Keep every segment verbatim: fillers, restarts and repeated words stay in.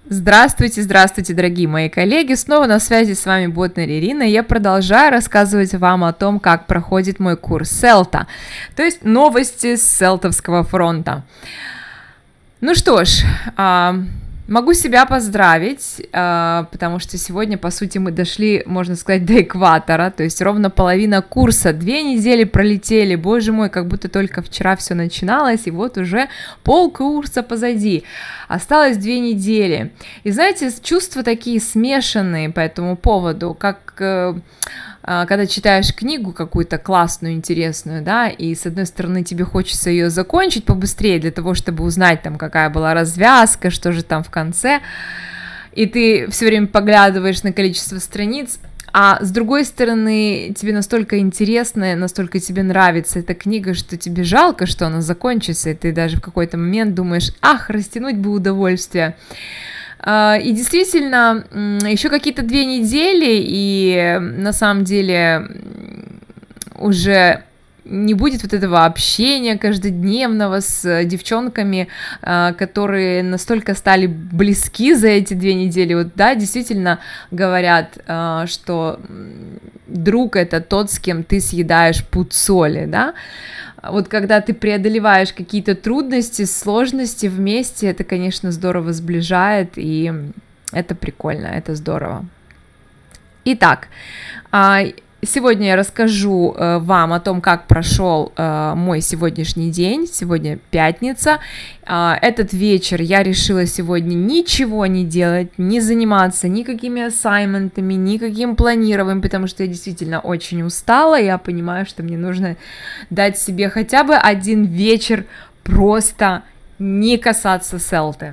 Здравствуйте, здравствуйте, дорогие мои коллеги! Снова на связи с вами Ботнер Ирина. Я продолжаю рассказывать вам о том, как проходит мой курс селта, то есть новости с селтовского фронта. Ну что ж, могу себя поздравить, потому что сегодня, по сути, мы дошли, можно сказать, до экватора, то есть ровно половина курса, две недели пролетели, боже мой, как будто только вчера все начиналось, и вот уже полкурса позади, осталось две недели, и знаете, чувства такие смешанные по этому поводу, как... когда читаешь книгу какую-то классную, интересную, да, и с одной стороны тебе хочется ее закончить побыстрее для того, чтобы узнать там, какая была развязка, что же там в конце, и ты все время поглядываешь на количество страниц, а с другой стороны тебе настолько интересно, настолько тебе нравится эта книга, что тебе жалко, что она закончится, и ты даже в какой-то момент думаешь, ах, растянуть бы удовольствие. И действительно, еще какие-то две недели, и на самом деле уже не будет вот этого общения каждодневного с девчонками, которые настолько стали близки за эти две недели. Вот, да, действительно говорят, что друг — это тот, с кем ты съедаешь пуд соли, да. Вот когда ты преодолеваешь какие-то трудности, сложности вместе, это, конечно, здорово сближает, и это прикольно, это здорово. Итак, сегодня я расскажу вам о том, как прошел мой сегодняшний день. Сегодня пятница. Этот вечер я решила сегодня ничего не делать, не заниматься никакими ассайментами, никаким планированием, потому что я действительно очень устала. Я понимаю, что мне нужно дать себе хотя бы один вечер просто не касаться селты.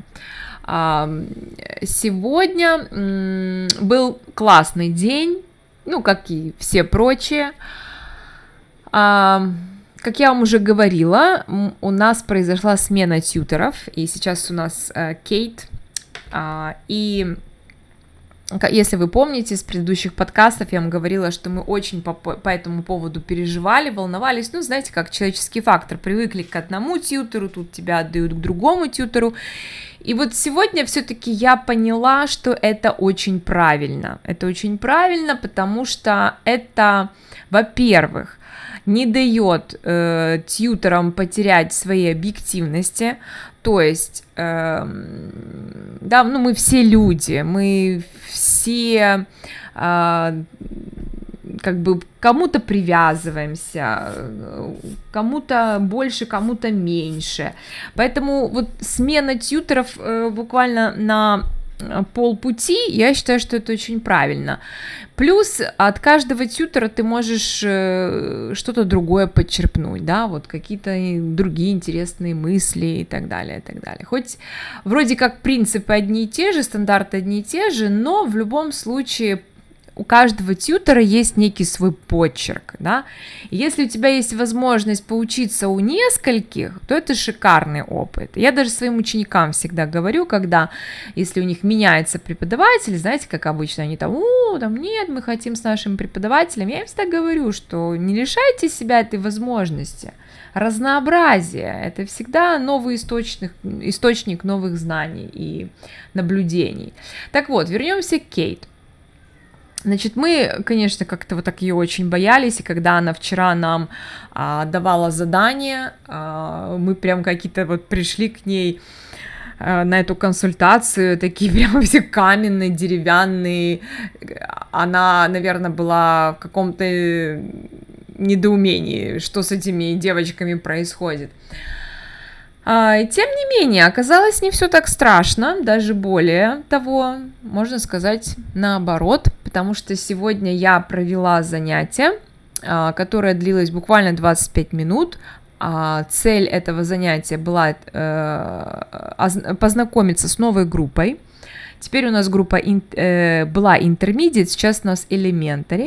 Сегодня был классный день. Ну, как и все прочие. А, как я вам уже говорила, у нас произошла смена тьюторов, и сейчас у нас а, Кейт. А, и если вы помните, с предыдущих подкастов я вам говорила, что мы очень по, по этому поводу переживали, волновались. Ну, знаете, как человеческий фактор. Привыкли к одному тьютору, тут тебя отдают к другому тьютору. И вот сегодня все-таки я поняла, что это очень правильно. Это очень правильно, потому что это, во-первых, не дает э, тьюторам потерять своей объективности. То есть, э, да, ну мы все люди, мы все... Э, как бы кому-то привязываемся, кому-то больше, кому-то меньше. Поэтому вот смена тьюторов э, буквально на полпути, я считаю, что это очень правильно. Плюс от каждого тьютора ты можешь э, что-то другое подчерпнуть, да, вот какие-то другие интересные мысли и так далее, и так далее. Хоть вроде как принципы одни и те же, стандарты одни и те же, но в любом случае у каждого тьютора есть некий свой почерк, да, и если у тебя есть возможность поучиться у нескольких, то это шикарный опыт. Я даже своим ученикам всегда говорю, когда, если у них меняется преподаватель, знаете, как обычно, они там, о, там, нет, мы хотим с нашим преподавателем, я им всегда говорю, что не лишайте себя этой возможности, разнообразие, это всегда новый источник, источник новых знаний и наблюдений. Так вот, вернемся к Кейт. Значит, мы, конечно, как-то вот так ее очень боялись, и когда она вчера нам а, давала задание, а, мы прям какие-то вот пришли к ней а, на эту консультацию, такие прямо все каменные, деревянные, она, наверное, была в каком-то недоумении, что с этими девочками происходит. А, тем не менее, оказалось не все так страшно, даже более того, можно сказать наоборот, потому что сегодня я провела занятие, а, которое длилось буквально двадцать пять минут. А, цель этого занятия была а, познакомиться с новой группой. Теперь у нас группа ин, э, была Intermediate, сейчас у нас Elementary.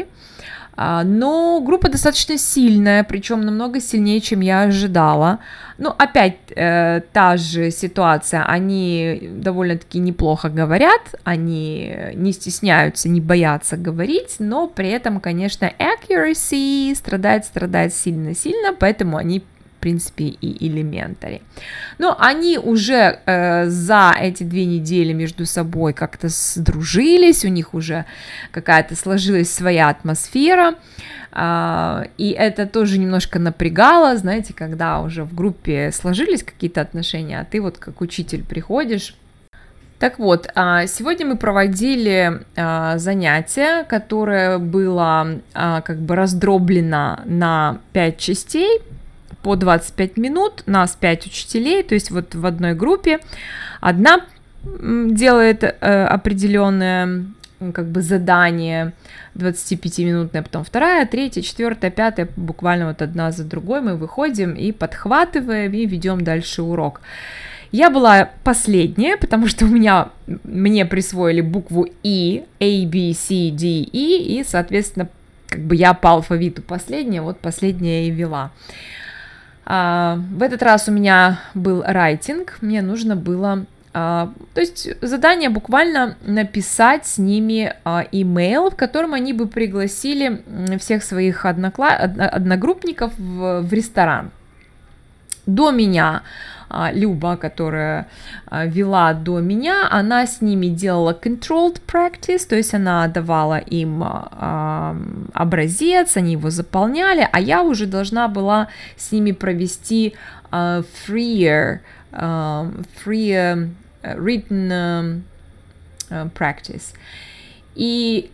Но группа достаточно сильная, причем намного сильнее, чем я ожидала. Ну, опять э, та же ситуация, они довольно-таки неплохо говорят, они не стесняются, не боятся говорить, но при этом, конечно, accuracy страдает, страдает сильно-сильно, поэтому они в принципе, и элементари. Но они уже э, за эти две недели между собой как-то сдружились, у них уже какая-то сложилась своя атмосфера, э, и это тоже немножко напрягало, знаете, когда уже в группе сложились какие-то отношения, а ты вот как учитель приходишь. Так вот, сегодня мы проводили занятие, которое было как бы раздроблено на пять частей по двадцать пять минут, нас пять учителей, то есть вот в одной группе одна делает определенное как бы задание двадцатипятиминутное, потом вторая, третья, четвертая, пятая, буквально вот одна за другой мы выходим и подхватываем и ведем дальше урок. Я была последняя, потому что у меня, мне присвоили букву И, A, B, C, D, E, и, соответственно, как бы я по алфавиту последняя, вот последняя и вела. А, в этот раз у меня был райтинг, мне нужно было, а, то есть задание буквально написать с ними а, имейл, в котором они бы пригласили всех своих однокла... одногруппников в, в ресторан. До меня Люба, которая вела до меня, она с ними делала controlled practice, то есть она давала им образец, они его заполняли, а я уже должна была с ними провести freer, freer written practice. И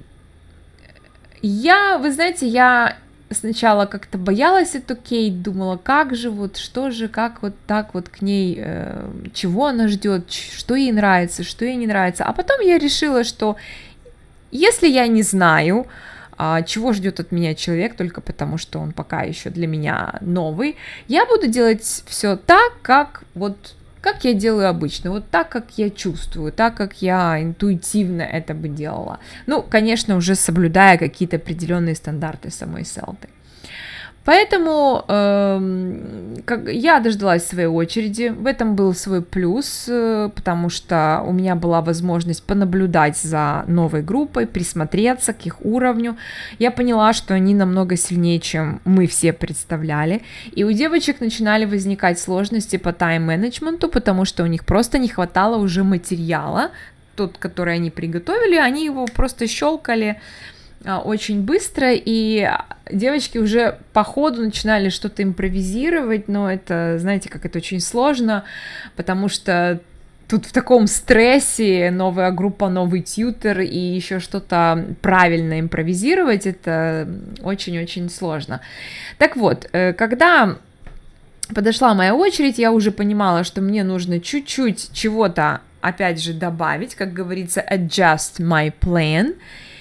я, вы знаете, я сначала как-то боялась эту Кейт, думала, как же, вот, что же, как вот так вот к ней, э, чего она ждет, что ей нравится, что ей не нравится. А потом я решила, что если я не знаю, э, чего ждет от меня человек, только потому что он пока еще для меня новый, я буду делать все так, как вот как я делаю обычно, вот так, как я чувствую, так, как я интуитивно это бы делала. Ну, конечно, уже соблюдая какие-то определенные стандарты самой селты. Поэтому э, как, я дождалась своей очереди, в этом был свой плюс, э, потому что у меня была возможность понаблюдать за новой группой, присмотреться к их уровню. Я поняла, что они намного сильнее, чем мы все представляли, и у девочек начинали возникать сложности по тайм-менеджменту, потому что у них просто не хватало уже материала, тот, который они приготовили, они его просто щелкали очень быстро, и девочки уже по ходу начинали что-то импровизировать, но это, знаете, как это очень сложно, потому что тут в таком стрессе новая группа, новый тьютер, и еще что-то правильно импровизировать, это очень-очень сложно. Так вот, когда подошла моя очередь, я уже понимала, что мне нужно чуть-чуть чего-то, опять же, добавить, как говорится, adjust my plan.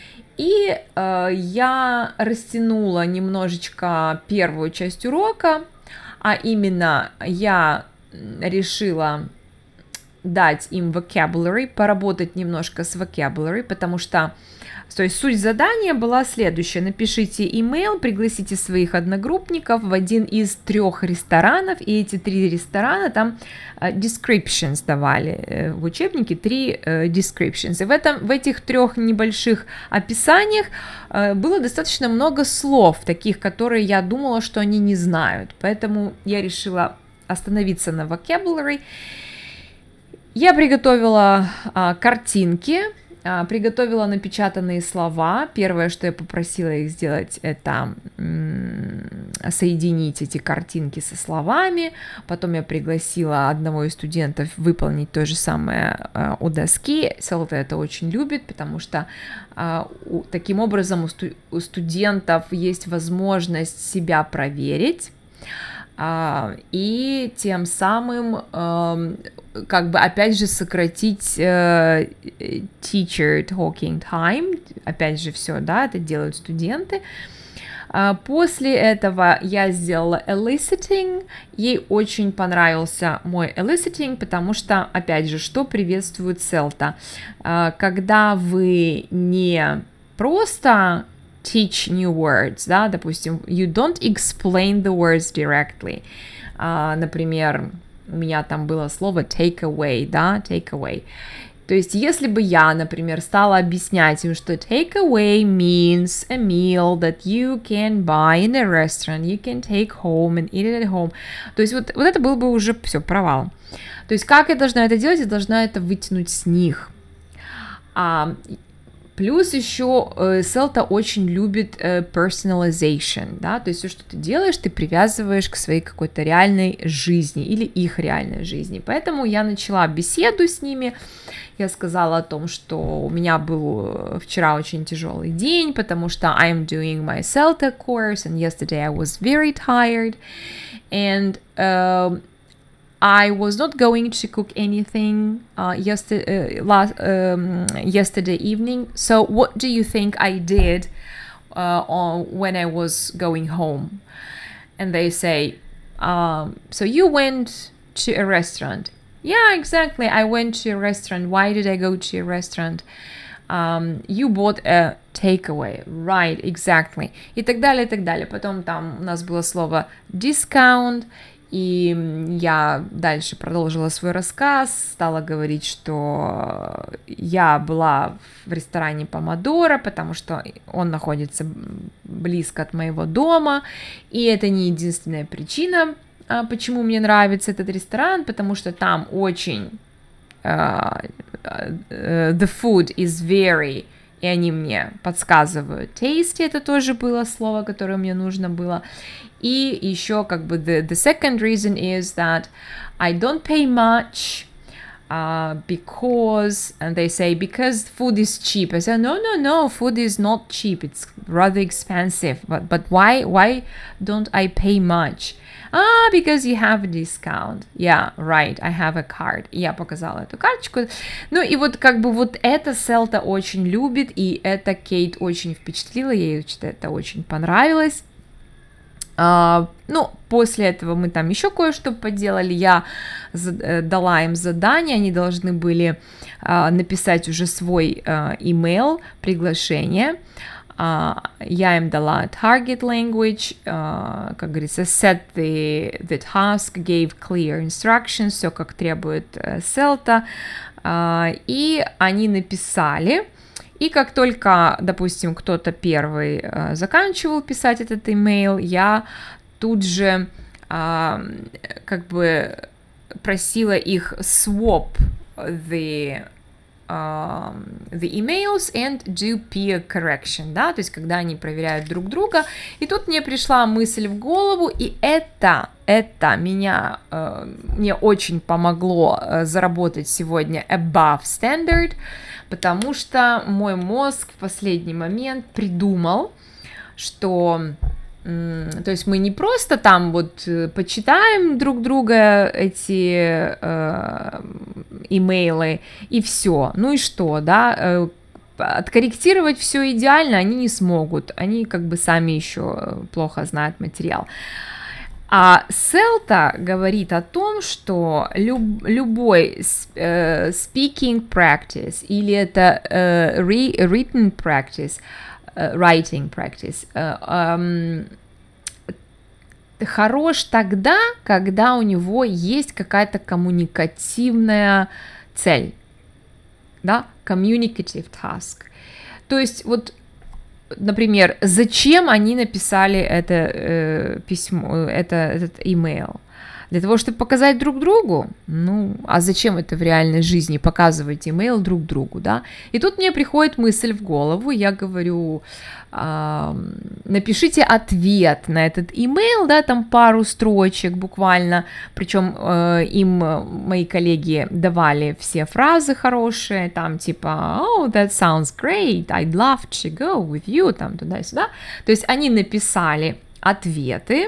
И э, я растянула немножечко первую часть урока, а именно я решила дать им vocabulary, поработать немножко с vocabulary, потому что, то есть суть задания была следующая: напишите имейл, пригласите своих одногруппников в один из трех ресторанов, и эти три ресторана там uh, descriptions давали uh, в учебнике, три uh, descriptions, и в, этом, в этих трех небольших описаниях uh, было достаточно много слов, таких, которые я думала, что они не знают, поэтому я решила остановиться на vocabulary. Я приготовила uh, картинки, приготовила напечатанные слова. Первое, что я попросила их сделать, это соединить эти картинки со словами. Потом я пригласила одного из студентов выполнить то же самое у доски. Селта это очень любит, потому что таким образом у студентов есть возможность себя проверить. И тем самым как бы опять же сократить uh, teacher talking time, опять же все, да, это делают студенты. Uh, после этого я сделала eliciting, ей очень понравился мой eliciting, потому что, опять же, что приветствует селта, uh, когда вы не просто teach new words, да, допустим, you don't explain the words directly, uh, например, у меня там было слово take away, да, take away. То То есть, если бы я, например, стала объяснять им, что takeaway means a meal that you can buy in a restaurant, you can take home and eat it at home, то есть вот, вот это был бы уже все, провал. То есть, как я должна это делать? Я должна это вытянуть с них. А, плюс еще э, Селта очень любит э, personalization, да, то есть все, что ты делаешь, ты привязываешь к своей какой-то реальной жизни или их реальной жизни. Поэтому я начала беседу с ними. Я сказала о том, что у меня был вчера очень тяжелый день, потому что I'm doing my Celta course, and yesterday I was very tired, and uh, I was not going to cook anything uh, yesterday, uh, last, um, yesterday evening. So what do you think I did uh, on, when I was going home? And they say, um, so you went to a restaurant. Yeah, exactly. I went to a restaurant. Why did I go to a restaurant? Um, you bought a takeaway. Right, exactly. И так далее, и так далее. Потом там у нас было слово discount. И я дальше продолжила свой рассказ, стала говорить, что я была в ресторане Помодоро, потому что он находится близко от моего дома, и это не единственная причина, почему мне нравится этот ресторан, потому что там очень uh, the food is very, и они мне подсказывают tasty, это тоже было слово, которое мне нужно было. И еще как бы the, the second reason is that I don't pay much uh, because, and they say, because food is cheap. I say, no, no, no, food is not cheap. It's rather expensive. But, but why, why don't I pay much? Ah, because you have a discount. Yeah, right, I have a card. Я показала эту карточку. Ну и вот как бы вот это Селта очень любит, и это Кейт очень впечатлило, ей это очень понравилось. Uh, ну, после этого мы там еще кое-что поделали, я за- дала им задание, они должны были uh, написать уже свой uh, email, приглашение, uh, я им дала target language, uh, как говорится, set the, the task, gave clear instructions, все как требует Селта, uh, uh, и они написали. И как только, допустим, кто-то первый э, заканчивал писать этот имейл, я тут же э, как бы просила их swap the, uh, the emails and do peer correction, да, то есть когда они проверяют друг друга. И тут мне пришла мысль в голову, и это, это меня, э, мне очень помогло э, заработать сегодня above standard, потому что мой мозг в последний момент придумал, что, то есть мы не просто там вот почитаем друг друга эти э, имейлы и все, ну и что, да, э, откорректировать все идеально они не смогут, они как бы сами еще плохо знают материал. А Селта говорит о том, что люб, любой э, speaking practice или это э, re, written practice, э, writing practice, э, э, хорош тогда, когда у него есть какая-то коммуникативная цель, да, communicative task. То есть вот, например, зачем они написали это э, письмо, это, этот имейл? Для того, чтобы показать друг другу? Ну, а зачем это в реальной жизни, показывать имейл друг другу, да? И тут мне приходит мысль в голову, я говорю, э, напишите ответ на этот имейл, да, там пару строчек буквально, причем э, им мои коллеги давали все фразы хорошие, там типа, oh, that sounds great, I'd love to go with you, там туда-сюда. То есть они написали ответы,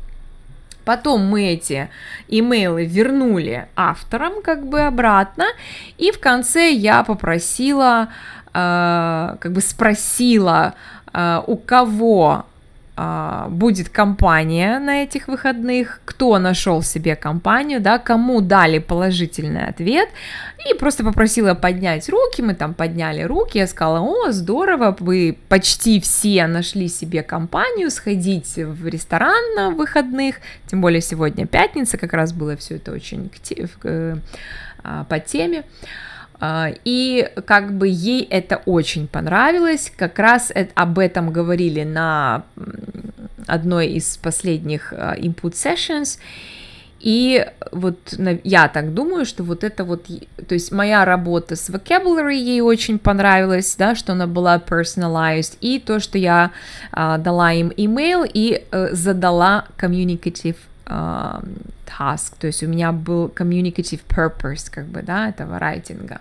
потом мы эти имейлы вернули авторам как бы обратно, и в конце я попросила, э, как бы спросила, э, у кого э, будет компания на этих выходных, кто нашел себе компанию, да, кому дали положительный ответ, и просто попросила поднять руки, мы там подняли руки, я сказала, о, здорово, вы почти все нашли себе компанию, сходить в ресторан на выходных, тем более сегодня пятница, как раз было все это очень по теме. И как бы ей это очень понравилось, как раз об этом говорили на одной из последних input sessions, и вот я так думаю, что вот это вот, то есть моя работа с vocabulary ей очень понравилась, да, что она была personalized, и то, что я а, дала им email и а, задала communicative а, task, то есть у меня был communicative purpose, как бы, да, этого райтинга.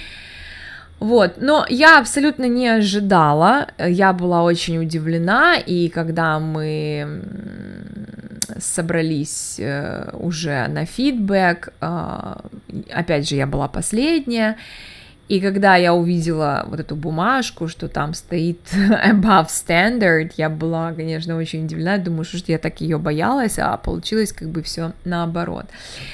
Вот, но я абсолютно не ожидала, я была очень удивлена, и когда мы собрались уже на фидбэк, опять же, я была последняя, и когда я увидела вот эту бумажку, что там стоит above standard, я была, конечно, очень удивлена, думаю, что я так ее боялась, а получилось как бы все наоборот.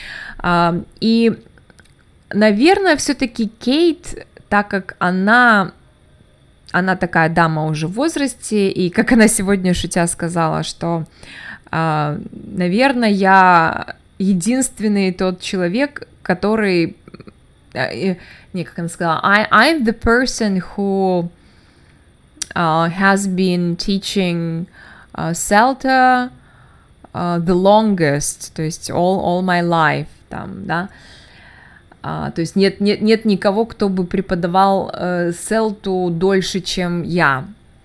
И, наверное, все-таки Кейт, так как она, она такая дама уже в возрасте, и как она сегодня шутя сказала, что, э, наверное, я единственный тот человек, который, э, не, как она сказала, I, I'm the person who uh, has been teaching uh, CELTA uh, the longest, то есть all, all my life, там, да, Uh, то есть нет, нет, нет никого, кто бы преподавал uh, селту дольше, чем я.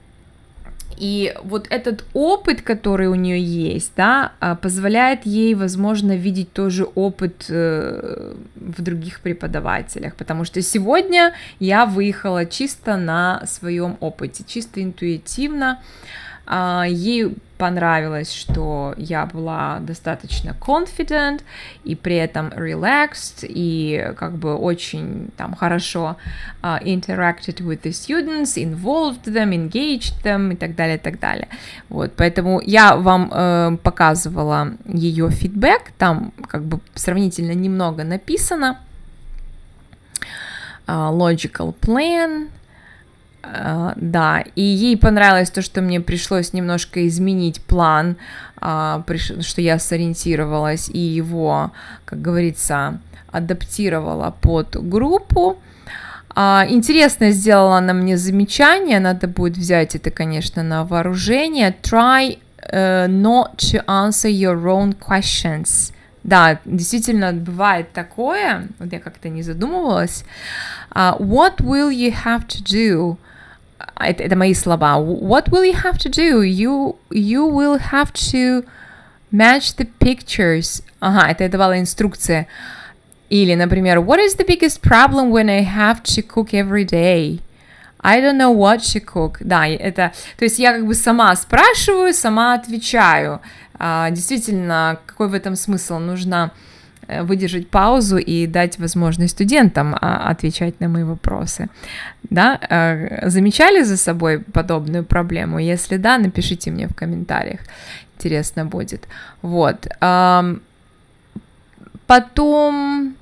И вот этот опыт, который у нее есть, да, uh, позволяет ей, возможно, видеть тоже опыт uh, в других преподавателях, потому что сегодня я выехала чисто на своем опыте, чисто интуитивно. Uh, ей понравилось, что я была достаточно confident и при этом relaxed и как бы очень там хорошо uh, interacted with the students, involved them, engaged them и так далее, и так далее. Вот, поэтому я вам uh, показывала ее фидбэк, там как бы сравнительно немного написано. Uh, logical plan. Uh, да, и ей понравилось то, что мне пришлось немножко изменить план, uh, приш... что я сориентировалась и его, как говорится, адаптировала под группу. Uh, интересно сделала она мне замечание, надо будет взять это, конечно, на вооружение. Try uh, not to answer your own questions. Да, действительно, бывает такое, вот я как-то не задумывалась. Uh, what will you have to do? Это, это мои слова. What will you have to do? You, you will have to match the pictures. Ага, это я давала инструкция. Или, например, what is the biggest problem when I have to cook every day? I don't know what to cook. Да, это, то есть я как бы сама спрашиваю, сама отвечаю. А, действительно, какой в этом смысл? Нужно выдержать паузу и дать возможность студентам а, отвечать на мои вопросы. Да? А, замечали за собой подобную проблему? Если да, напишите мне в комментариях. Интересно будет. Вот. А, потом...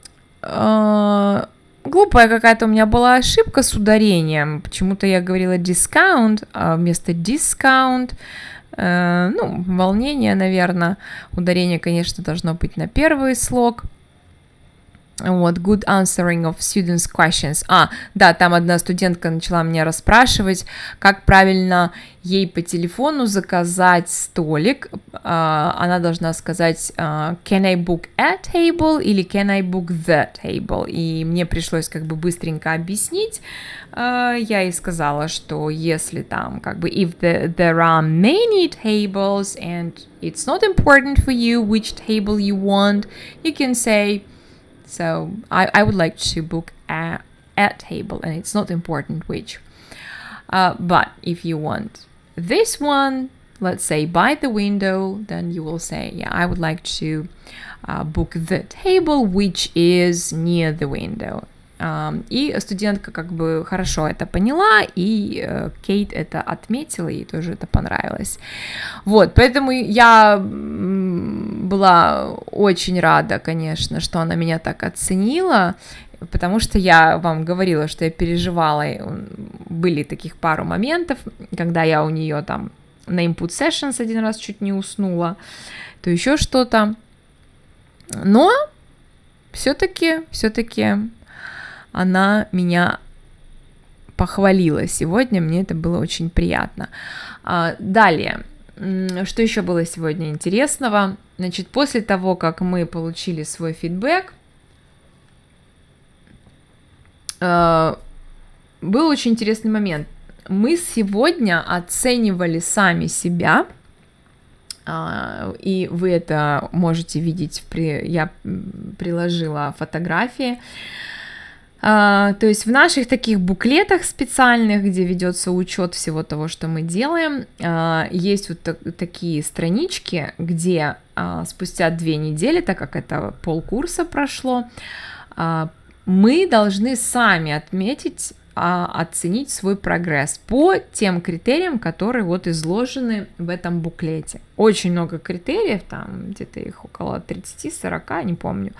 А, глупая какая-то у меня была ошибка с ударением. Почему-то я говорила discount, а вместо discount. Uh, ну, волнение, наверное. Ударение, конечно, должно быть на первый слог. Вот, good answering of students' questions. А, да, там одна студентка начала меня расспрашивать, как правильно ей по телефону заказать столик. Uh, она должна сказать uh, can I book a table или can I book the table. И мне пришлось как бы быстренько объяснить. Uh, я ей сказала, что если там как бы if the, there are many tables and it's not important for you which table you want, you can say so I, I would like to book a, a table and it's not important which. Uh, but if you want this one, let's say by the window, then you will say, yeah, I would like to uh, book the table which is near the window. Um, и студентка как бы хорошо это поняла, и uh, Кейт это отметила, ей тоже это понравилось. Вот, поэтому я была очень рада, конечно, что она меня так оценила, потому что я вам говорила, что я переживала, были таких пару моментов, когда я у нее там на input sessions один раз чуть не уснула, то еще что-то, но все-таки, все-таки она меня похвалила сегодня, мне это было очень приятно. Далее, что еще было сегодня интересного? Значит, после того, как мы получили свой фидбэк, был очень интересный момент. Мы сегодня оценивали сами себя, и вы это можете видеть, я приложила фотографии. То есть в наших таких буклетах специальных, где ведется учет всего того, что мы делаем, есть вот так, такие странички, где спустя две недели, так как это полкурса прошло, мы должны сами отметить, оценить свой прогресс по тем критериям, которые вот изложены в этом буклете. Очень много критериев, там где-то их около тридцать-сорок, не помню.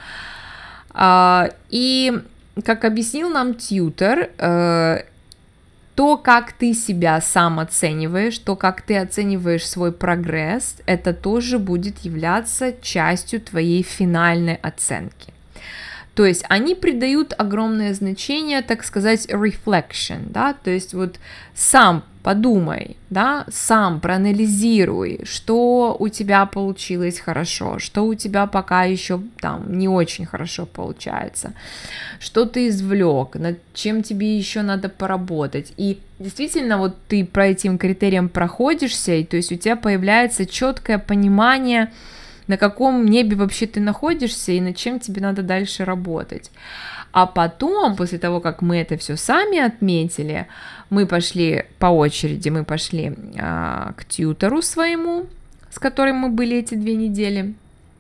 И как объяснил нам тьютер, то, как ты себя сам оцениваешь, то, как ты оцениваешь свой прогресс, это тоже будет являться частью твоей финальной оценки. То есть они придают огромное значение, так сказать, reflection, да, то есть вот сам подумай, да, сам проанализируй, что у тебя получилось хорошо, что у тебя пока еще там не очень хорошо получается, что ты извлек, над чем тебе еще надо поработать. И действительно, вот ты по этим критериям проходишься, и то есть у тебя появляется четкое понимание, на каком небе вообще ты находишься и над чем тебе надо дальше работать. А потом, после того, как мы это все сами отметили, мы пошли по очереди, мы пошли а, к тьютору своему, с которым мы были эти две недели,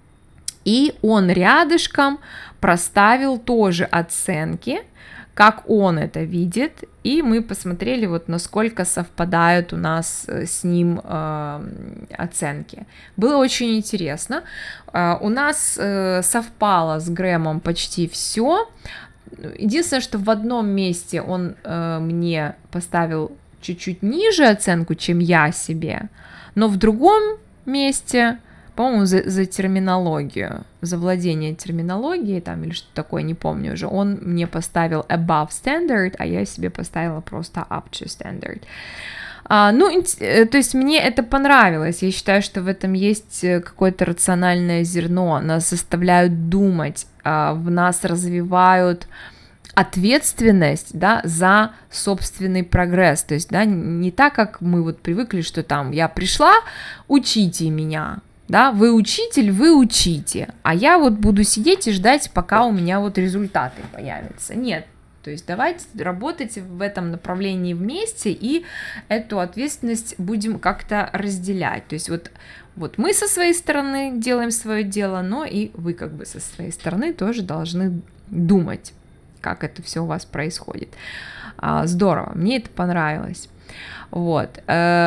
и он рядышком проставил тоже оценки, как он это видит, и мы посмотрели, вот насколько совпадают у нас с ним э, оценки. Было очень интересно. Э, у нас э, совпало с Грэмом почти все. Единственное, что в одном месте он э, мне поставил чуть-чуть ниже оценку, чем я себе, но в другом месте, по-моему, за, за терминологию, за владение терминологией там или что-то такое, не помню уже, он мне поставил above standard, а я себе поставила просто up to standard. А, ну, то есть мне это понравилось, я считаю, что в этом есть какое-то рациональное зерно, нас заставляют думать, а, в нас развивают ответственность, да, за собственный прогресс, то есть, да, не так, как мы вот привыкли, что там я пришла, учите меня, да, вы учитель, вы учите, а я вот буду сидеть и ждать, пока у меня вот результаты появятся. Нет, то есть давайте работать в этом направлении вместе и эту ответственность будем как-то разделять. То есть вот, вот мы со своей стороны делаем свое дело, но и вы как бы со своей стороны тоже должны думать, как это все у вас происходит. Здорово, мне это понравилось. Вот.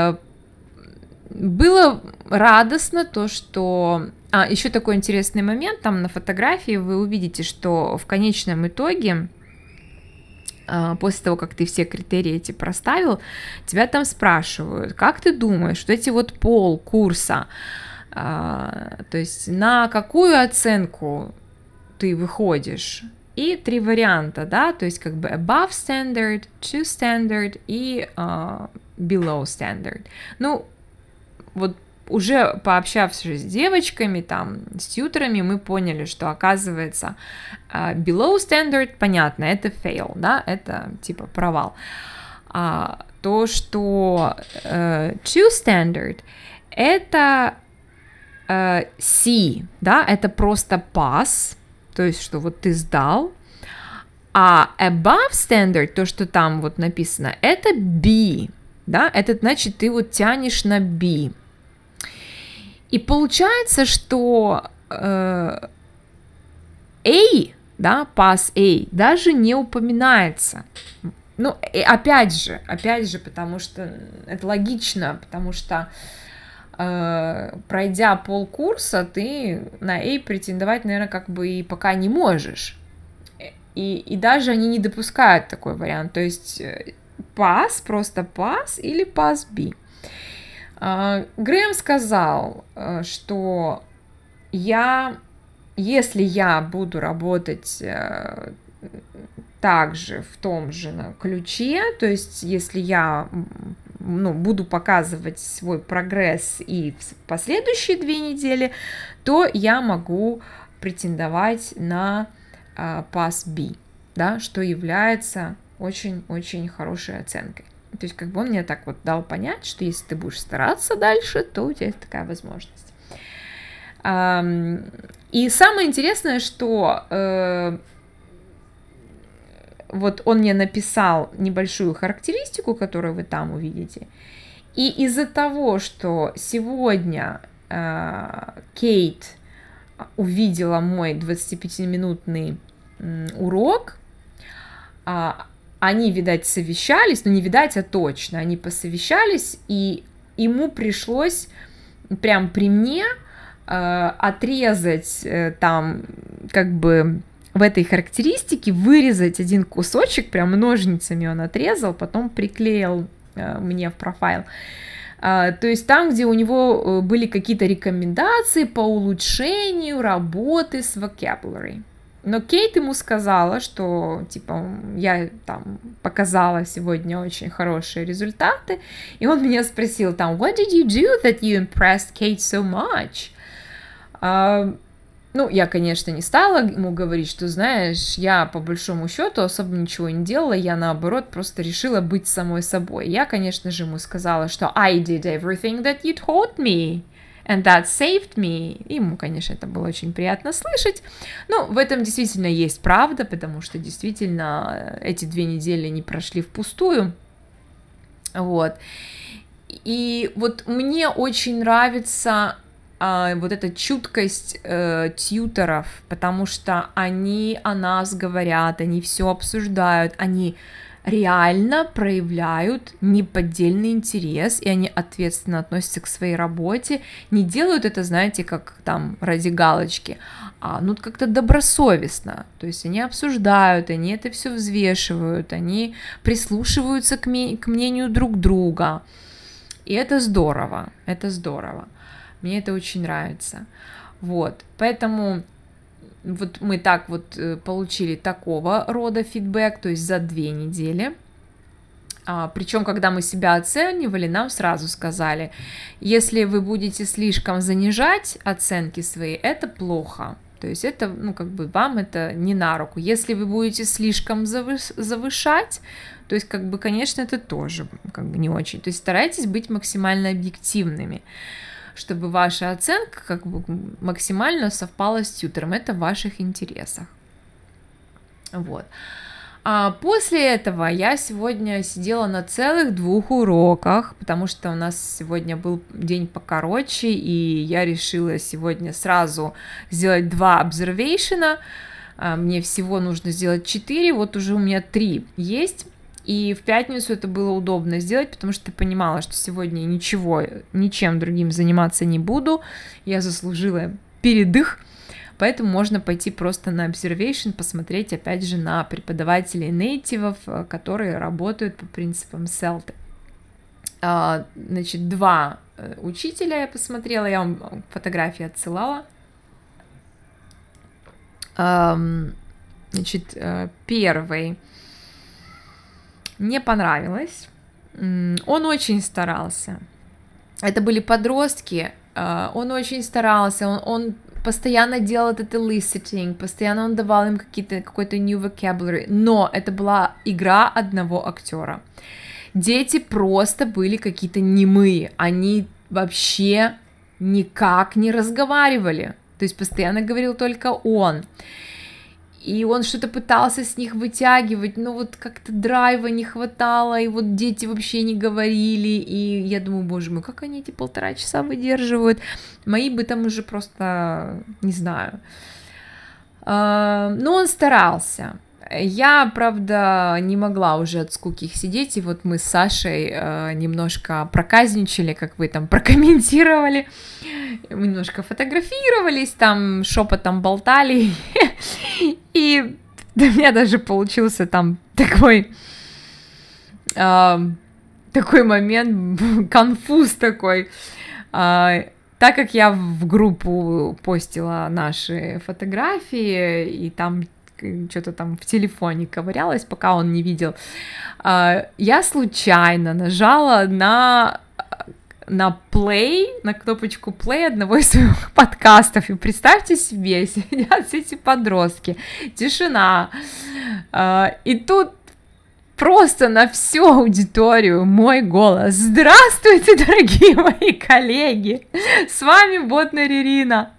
Было радостно то, что... А, еще такой интересный момент, там на фотографии вы увидите, что в конечном итоге, после того, как ты все критерии эти проставил, тебя там спрашивают, как ты думаешь, что эти вот полкурса, то есть на какую оценку ты выходишь? И три варианта, да, то есть как бы above standard, to standard и uh, below standard. Ну, вот уже пообщавшись с девочками, там, с тьютерами, мы поняли, что, оказывается, below standard, понятно, это fail, да, это типа провал. А то, что uh, to standard, это uh, C, да, это просто pass, то есть, что вот ты сдал, а above standard, то, что там вот написано, это B, да, это значит, ты вот тянешь на B. И получается, что э, A, да, pass A, даже не упоминается. Ну, и опять же, опять же, потому что это логично, потому что э, пройдя полкурса, ты на A претендовать, наверное, как бы и пока не можешь. И, и даже они не допускают такой вариант. То есть pass, просто pass или pass B. Грэм сказал, что я, если я буду работать также в том же ключе, то есть если я ну, буду показывать свой прогресс и в последующие две недели, то я могу претендовать на uh, Pass B, да, что является очень-очень хорошей оценкой. То есть как бы он мне так вот дал понять, что если ты будешь стараться дальше, то у тебя есть такая возможность. Um, и самое интересное, что uh, вот он мне написал небольшую характеристику, которую вы там увидите. И из-за того, что сегодня э, Кейт увидела мой двадцатипятиминутный э, урок, э, они, видать, совещались, ну не видать, а точно, они посовещались, и ему пришлось прям при мне э, отрезать э, там как бы... в этой характеристике вырезать один кусочек, прям ножницами он отрезал, потом приклеил э, мне в профайл. Э, то есть там, где у него были какие-то рекомендации по улучшению работы с vocabulary. Но Кейт ему сказала, что, типа, я там показала сегодня очень хорошие результаты, и он меня спросил там, what did you do that you impressed Kate so much? Э, Ну, я, конечно, не стала ему говорить, что, знаешь, я по большому счету особо ничего не делала, я, наоборот, просто решила быть самой собой. Я, конечно же, ему сказала, что I did everything that you taught me, and that saved me. И ему, конечно, это было очень приятно слышать. Ну, в этом действительно есть правда, потому что, действительно, эти две недели не прошли впустую. Вот. И вот мне очень нравится... вот эта чуткость э, тьюторов, потому что они о нас говорят, они все обсуждают, они реально проявляют неподдельный интерес, и они ответственно относятся к своей работе, не делают это, знаете, как там ради галочки, а ну как-то добросовестно, то есть они обсуждают, они это все взвешивают, они прислушиваются к, ми- к мнению друг друга, и это здорово, это здорово. Мне это очень нравится. Вот, поэтому вот мы так вот получили такого рода фидбэк, то есть за две недели. А, причем, когда мы себя оценивали, нам сразу сказали, если вы будете слишком занижать оценки свои, это плохо. То есть это, ну, как бы вам это не на руку. Если вы будете слишком завышать, то есть, как бы, конечно, это тоже как бы не очень. То есть старайтесь быть максимально объективными, чтобы ваша оценка как бы максимально совпала с тьютором. Это в ваших интересах. Вот. А после этого я сегодня сидела на целых двух уроках, потому что у нас сегодня был день покороче, и я решила сегодня сразу сделать два observation. Мне всего нужно сделать четыре, вот уже у меня три есть. И в пятницу это было удобно сделать, потому что я понимала, что сегодня ничего, ничем другим заниматься не буду. Я заслужила передых, поэтому можно пойти просто на observation, посмотреть опять же на преподавателей нейтивов, которые работают по принципам селты. Значит, два учителя я посмотрела, я вам фотографии отсылала. Значит, первый мне понравилось. Он очень старался. Это были подростки. Он очень старался. Он, он постоянно делал этот eliciting, постоянно он давал им какие-то, какой-то new vocabulary. Но это была игра одного актера. Дети просто были какие-то немые. Они вообще никак не разговаривали. То есть постоянно говорил только он. И он что-то пытался с них вытягивать, но вот как-то драйва не хватало, и вот дети вообще не говорили, и я думаю, боже мой, как они эти полтора часа выдерживают, мои бы там уже просто, не знаю, но он старался. Я, правда, не могла уже от скуки их сидеть, и вот мы с Сашей э, немножко проказничали, как вы там прокомментировали, мы немножко фотографировались, там шепотом болтали, и у меня даже получился там такой, э, такой момент, конфуз такой, э, так как я в группу постила наши фотографии, и там что-то там в телефоне ковырялась, пока он не видел. Я случайно нажала на... на play, на кнопочку play одного из своих подкастов, и представьте себе, сидят все эти подростки, тишина, и тут просто на всю аудиторию мой голос. Здравствуйте, дорогие мои коллеги! С вами Ботнер Ирина.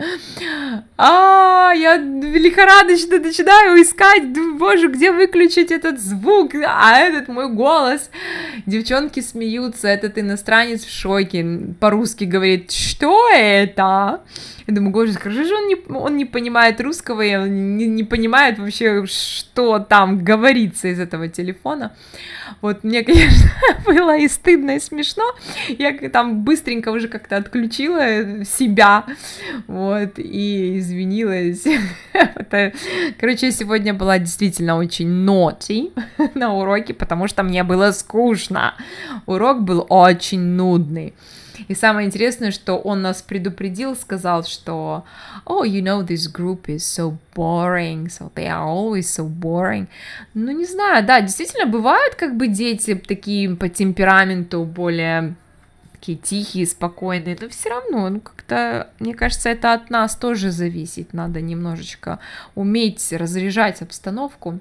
А, я лихорадочно начинаю искать, боже, где выключить этот звук, а этот мой голос. Девчонки смеются, этот иностранец в шоке, по-русски говорит, что это? Я думаю, боже, скажи же, он не, он не понимает русского, и он не, не понимает вообще, что там говорится из этого телефона. Вот мне, конечно, было и стыдно, и смешно. Я там быстренько уже как-то отключила себя, вот, и извинилась. Короче, я сегодня была действительно очень naughty на уроке, потому что мне было скучно. Урок был очень нудный. И самое интересное, что он нас предупредил, сказал, что «Oh, you know, this group is so boring, so they are always so boring». Ну, не знаю, да, действительно, бывают как бы дети такие по темпераменту более такие тихие, спокойные, но все равно, ну, как-то, мне кажется, это от нас тоже зависит, надо немножечко уметь разряжать обстановку.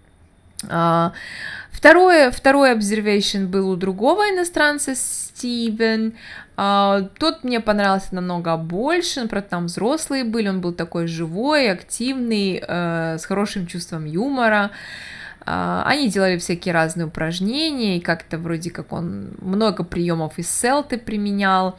Uh, второе, второй observation был у другого иностранца, Стивен. Uh, тот мне понравился намного больше, правда, там взрослые были, он был такой живой, активный, uh, с хорошим чувством юмора. Uh, они делали всякие разные упражнения, и как-то вроде как он много приемов из селты применял.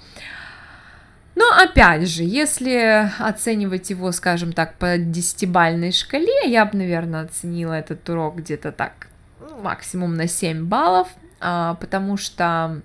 Но опять же, если оценивать его, скажем так, по десятибалльной шкале, я бы, наверное, оценила этот урок где-то так, ну, максимум на семь баллов, а, потому что,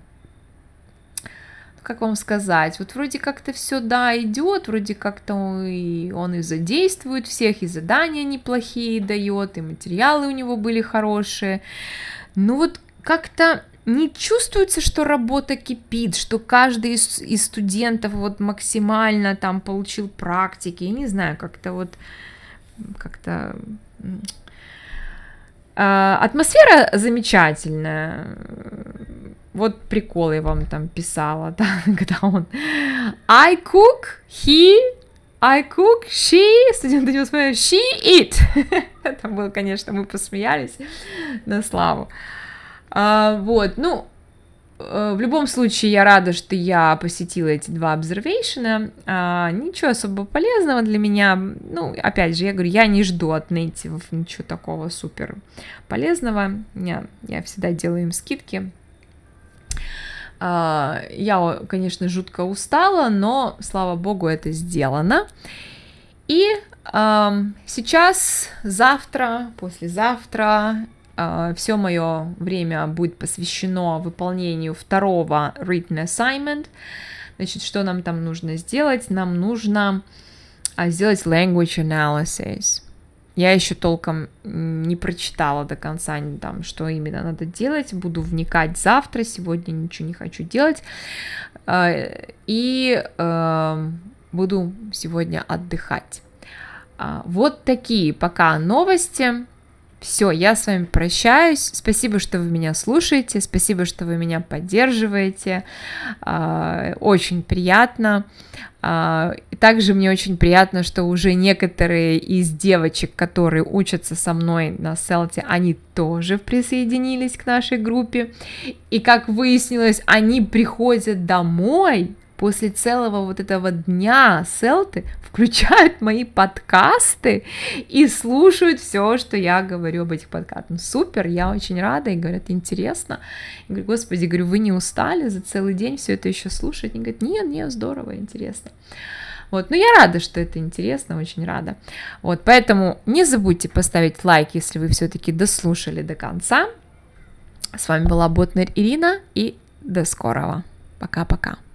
как вам сказать, вот вроде как-то все, да, идет, вроде как-то он и, он и задействует всех, и задания неплохие дает, и материалы у него были хорошие, ну вот как-то... Не чувствуется, что работа кипит, что каждый из, из студентов вот максимально там получил практики, я не знаю, как-то вот, как-то... А, атмосфера замечательная, вот прикол я вам там писала, да, когда он I cook, he, I cook, she, студенты не смотрят, she eat, это было, конечно, мы посмеялись на славу. Uh, вот, ну, uh, в любом случае я рада, что я посетила эти два observation, uh, ничего особо полезного для меня, ну, опять же, я говорю, я не жду от нейтивов ничего такого супер полезного, я, я всегда делаю им скидки, uh, я, конечно, жутко устала, но, слава богу, это сделано, и uh, сейчас, завтра, послезавтра, Uh, все мое время будет посвящено выполнению второго written assignment. Значит, что нам там нужно сделать? Нам нужно uh, сделать language analysis. Я еще толком не прочитала до конца, там, что именно надо делать. Буду вникать завтра, сегодня ничего не хочу делать. Uh, и uh, буду сегодня отдыхать. Uh, вот такие пока новости. Все, я с вами прощаюсь. Спасибо, что вы меня слушаете. Спасибо, что вы меня поддерживаете. Очень приятно. Также мне очень приятно, что уже некоторые из девочек, которые учатся со мной на селте, они тоже присоединились к нашей группе. И как выяснилось, они приходят домой после целого вот этого дня селты, включают мои подкасты и слушают все, что я говорю об этих подкастах. Ну, супер, я очень рада, и говорят, интересно. Я говорю, господи, говорю, вы не устали за целый день все это еще слушать? Они говорят, нет, нет, здорово, интересно. Вот, но я рада, что это интересно, очень рада. Вот, поэтому не забудьте поставить лайк, если вы все-таки дослушали до конца. С вами была Ботнер Ирина, и до скорого. Пока-пока.